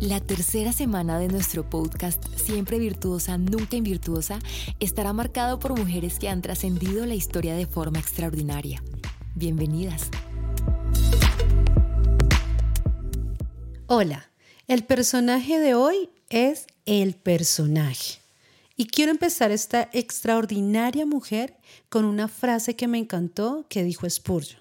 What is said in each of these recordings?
La tercera semana de nuestro podcast Siempre Virtuosa, Nunca Invirtuosa estará marcado por mujeres que han trascendido la historia de forma extraordinaria. Bienvenidas. Hola, el personaje de hoy es el personaje. Y quiero empezar esta extraordinaria mujer con una frase que me encantó que dijo Spurgeon.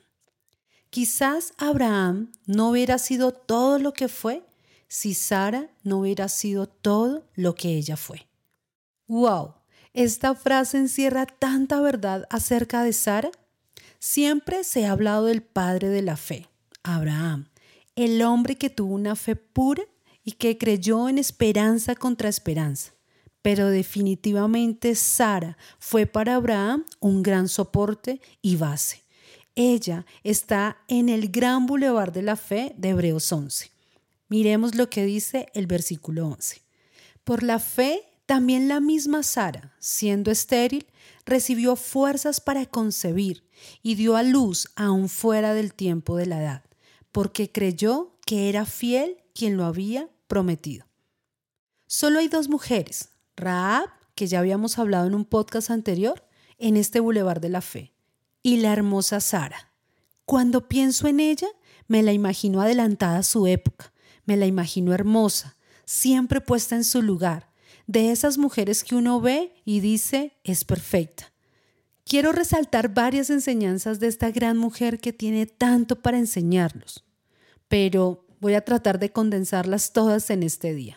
Quizás Abraham no hubiera sido todo lo que fue si Sara no hubiera sido todo lo que ella fue. ¡Wow! Esta frase encierra tanta verdad acerca de Sara. Siempre se ha hablado del padre de la fe, Abraham, el hombre que tuvo una fe pura y que creyó en esperanza contra esperanza. Pero definitivamente Sara fue para Abraham un gran soporte y base. Ella está en el gran bulevar de la fe de Hebreos 11. Miremos lo que dice el versículo 11. Por la fe, también la misma Sara, siendo estéril, recibió fuerzas para concebir y dio a luz aún fuera del tiempo de la edad, porque creyó que era fiel quien lo había prometido. Solo hay dos mujeres, Rahab, que ya habíamos hablado en un podcast anterior, en este bulevar de la fe, y la hermosa Sara. Cuando pienso en ella, me la imagino adelantada a su época. Me la imagino hermosa, siempre puesta en su lugar, de esas mujeres que uno ve y dice es perfecta. Quiero resaltar varias enseñanzas de esta gran mujer que tiene tanto para enseñarnos, pero voy a tratar de condensarlas todas en este día.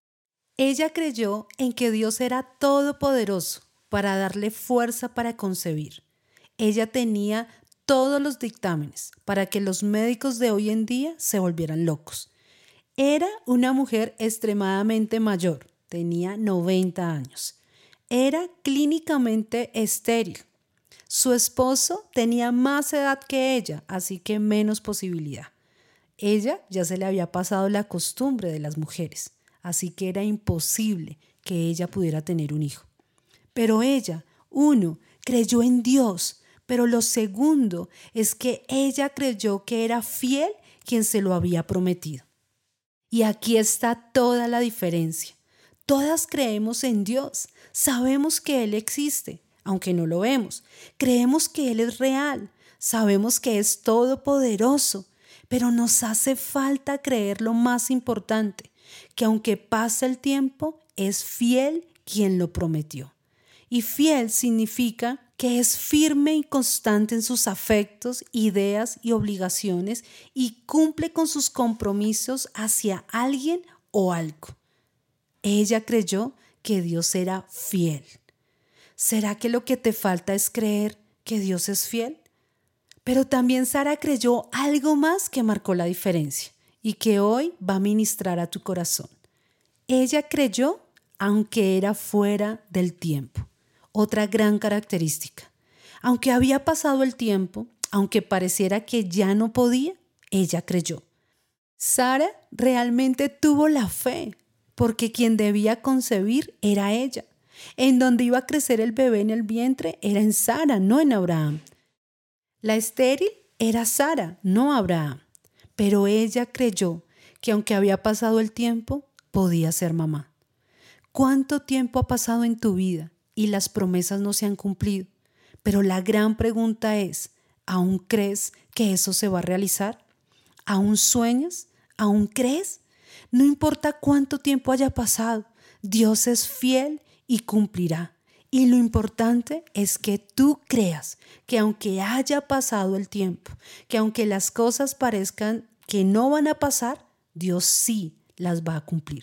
Ella creyó en que Dios era todopoderoso para darle fuerza para concebir. Ella tenía todos los dictámenes para que los médicos de hoy en día se volvieran locos. Era una mujer extremadamente mayor, tenía 90 años. Era clínicamente estéril. Su esposo tenía más edad que ella, así que menos posibilidad. Ella ya se le había pasado la costumbre de las mujeres, así que era imposible que ella pudiera tener un hijo. Pero ella, uno, creyó en Dios, pero lo segundo es que ella creyó que era fiel quien se lo había prometido. Y aquí está toda la diferencia. Todas creemos en Dios, sabemos que Él existe, aunque no lo vemos. Creemos que Él es real, sabemos que es todopoderoso, pero nos hace falta creer lo más importante, que aunque pase el tiempo, es fiel quien lo prometió. Y fiel significa que es firme y constante en sus afectos, ideas y obligaciones y cumple con sus compromisos hacia alguien o algo. Ella creyó que Dios era fiel. ¿Será que lo que te falta es creer que Dios es fiel? Pero también Sara creyó algo más que marcó la diferencia y que hoy va a ministrar a tu corazón. Ella creyó aunque era fuera del tiempo. Otra gran característica. Aunque había pasado el tiempo, aunque pareciera que ya no podía, ella creyó. Sara realmente tuvo la fe, porque quien debía concebir era ella. En donde iba a crecer el bebé en el vientre era en Sara, no en Abraham. La estéril era Sara, no Abraham. Pero ella creyó que aunque había pasado el tiempo, podía ser mamá. ¿Cuánto tiempo ha pasado en tu vida y las promesas no se han cumplido? Pero la gran pregunta es, ¿aún crees que eso se va a realizar? ¿Aún sueñas? ¿Aún crees? No importa cuánto tiempo haya pasado, Dios es fiel y cumplirá. Y lo importante es que tú creas que aunque haya pasado el tiempo, que aunque las cosas parezcan que no van a pasar, Dios sí las va a cumplir.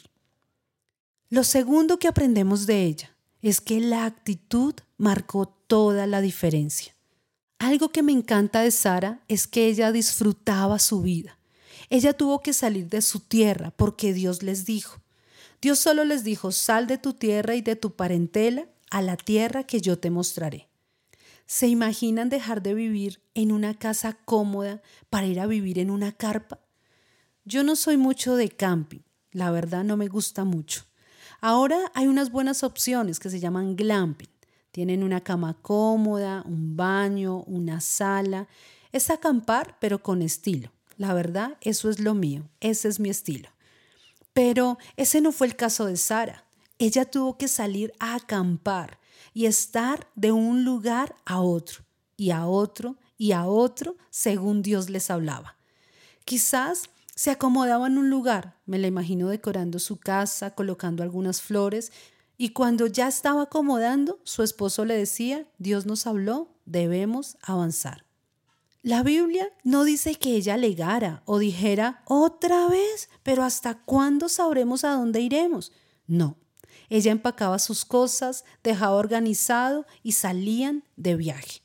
Lo segundo que aprendemos de ella es que la actitud marcó toda la diferencia. Algo que me encanta de Sara es que ella disfrutaba su vida. Ella tuvo que salir de su tierra porque Dios les dijo. Dios solo les dijo, sal de tu tierra y de tu parentela a la tierra que yo te mostraré. ¿Se imaginan dejar de vivir en una casa cómoda para ir a vivir en una carpa? Yo no soy mucho de camping, la verdad no me gusta mucho. Ahora hay unas buenas opciones que se llaman glamping. Tienen una cama cómoda, un baño, una sala. Es acampar, pero con estilo. La verdad, eso es lo mío. Ese es mi estilo. Pero ese no fue el caso de Sara. Ella tuvo que salir a acampar y estar de un lugar a otro, y a otro, y a otro, según Dios les hablaba. Quizás se acomodaba en un lugar, me la imagino decorando su casa, colocando algunas flores, y cuando ya estaba acomodando, su esposo le decía: Dios nos habló, debemos avanzar. La Biblia no dice que ella alegara o dijera: otra vez, pero ¿hasta cuándo sabremos a dónde iremos? No, ella empacaba sus cosas, dejaba organizado y salían de viaje.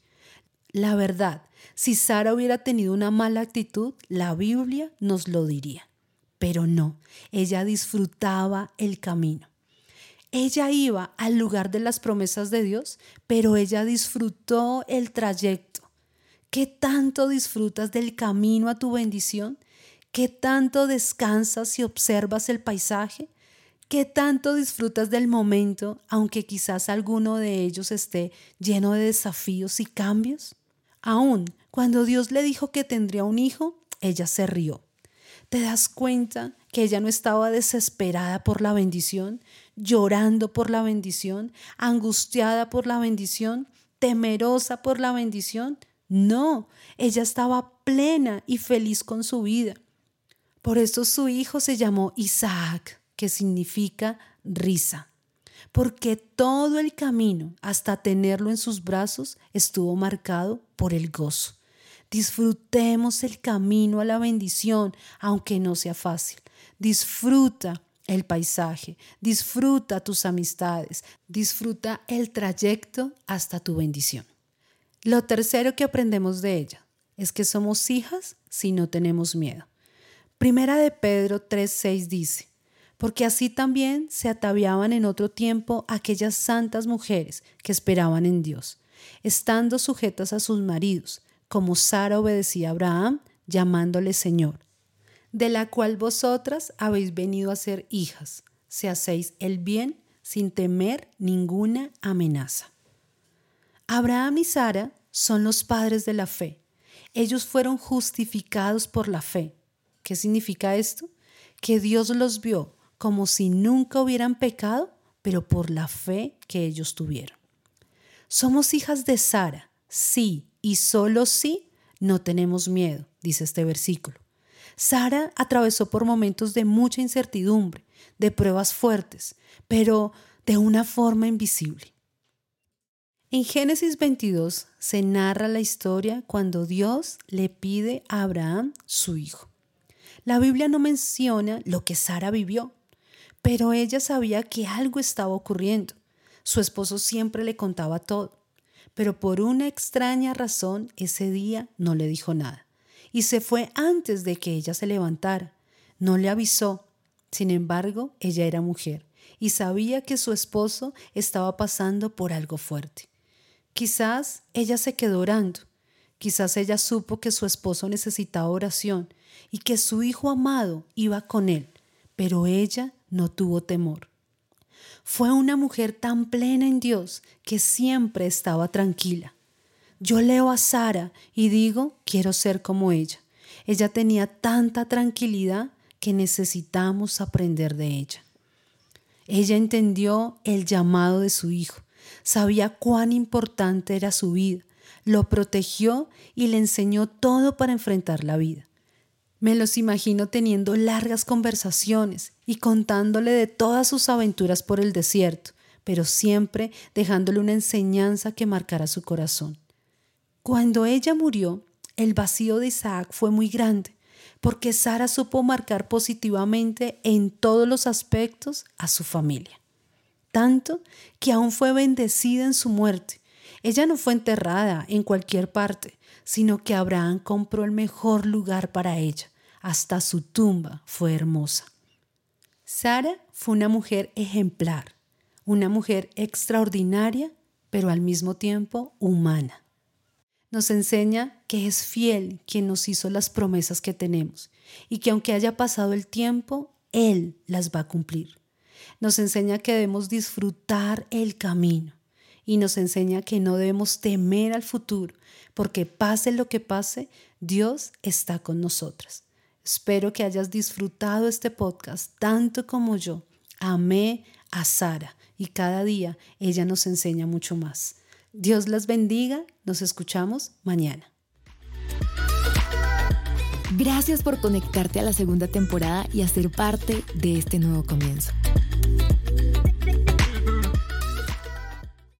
La verdad, si Sara hubiera tenido una mala actitud, la Biblia nos lo diría. Pero no, ella disfrutaba el camino. Ella iba al lugar de las promesas de Dios, pero ella disfrutó el trayecto. ¿Qué tanto disfrutas del camino a tu bendición? ¿Qué tanto descansas y observas el paisaje? ¿Qué tanto disfrutas del momento, aunque quizás alguno de ellos esté lleno de desafíos y cambios? Aún cuando Dios le dijo que tendría un hijo, ella se rió. ¿Te das cuenta que ella no estaba desesperada por la bendición, llorando por la bendición, angustiada por la bendición, temerosa por la bendición? No, ella estaba plena y feliz con su vida. Por eso su hijo se llamó Isaac, que significa risa, porque todo el camino hasta tenerlo en sus brazos estuvo marcado por el gozo. Disfrutemos el camino a la bendición, aunque no sea fácil. Disfruta el paisaje, disfruta tus amistades, disfruta el trayecto hasta tu bendición. Lo tercero que aprendemos de ella es que somos hijas si no tenemos miedo. Primera de Pedro 3:6 dice: porque así también se ataviaban en otro tiempo aquellas santas mujeres que esperaban en Dios, estando sujetas a sus maridos, como Sara obedecía a Abraham, llamándole Señor, de la cual vosotras habéis venido a ser hijas, si hacéis el bien sin temer ninguna amenaza. Abraham y Sara son los padres de la fe. Ellos fueron justificados por la fe. ¿Qué significa esto? Que Dios los vio como si nunca hubieran pecado, pero por la fe que ellos tuvieron. Somos hijas de Sara, sí, y solo sí no tenemos miedo, dice este versículo. Sara atravesó por momentos de mucha incertidumbre, de pruebas fuertes, pero de una forma invisible. En Génesis 22 se narra la historia cuando Dios le pide a Abraham su hijo. La Biblia no menciona lo que Sara vivió, pero ella sabía que algo estaba ocurriendo. Su esposo siempre le contaba todo, pero por una extraña razón ese día no le dijo nada y se fue antes de que ella se levantara. No le avisó. Sin embargo, ella era mujer y sabía que su esposo estaba pasando por algo fuerte. Quizás ella se quedó orando, quizás ella supo que su esposo necesitaba oración y que su hijo amado iba con él, pero ella no tuvo temor. Fue una mujer tan plena en Dios que siempre estaba tranquila. Yo leo a Sara y digo, quiero ser como ella. Ella tenía tanta tranquilidad que necesitamos aprender de ella. Ella entendió el llamado de su hijo. Sabía cuán importante era su vida, lo protegió y le enseñó todo para enfrentar la vida. Me los imagino teniendo largas conversaciones y contándole de todas sus aventuras por el desierto, pero siempre dejándole una enseñanza que marcara su corazón. Cuando ella murió, el vacío de Isaac fue muy grande, porque Sara supo marcar positivamente en todos los aspectos a su familia. Tanto que aún fue bendecida en su muerte. Ella no fue enterrada en cualquier parte, sino que Abraham compró el mejor lugar para ella. Hasta su tumba fue hermosa. Sara fue una mujer ejemplar, una mujer extraordinaria, pero al mismo tiempo humana. Nos enseña que es fiel quien nos hizo las promesas que tenemos y que aunque haya pasado el tiempo, Él las va a cumplir. Nos enseña que debemos disfrutar el camino y nos enseña que no debemos temer al futuro, porque pase lo que pase, Dios está con nosotras. Espero que hayas disfrutado este podcast tanto como yo. Amé a Sara y cada día ella nos enseña mucho más. Dios las bendiga. Nos escuchamos mañana. Gracias por conectarte a la segunda temporada y a ser parte de este nuevo comienzo.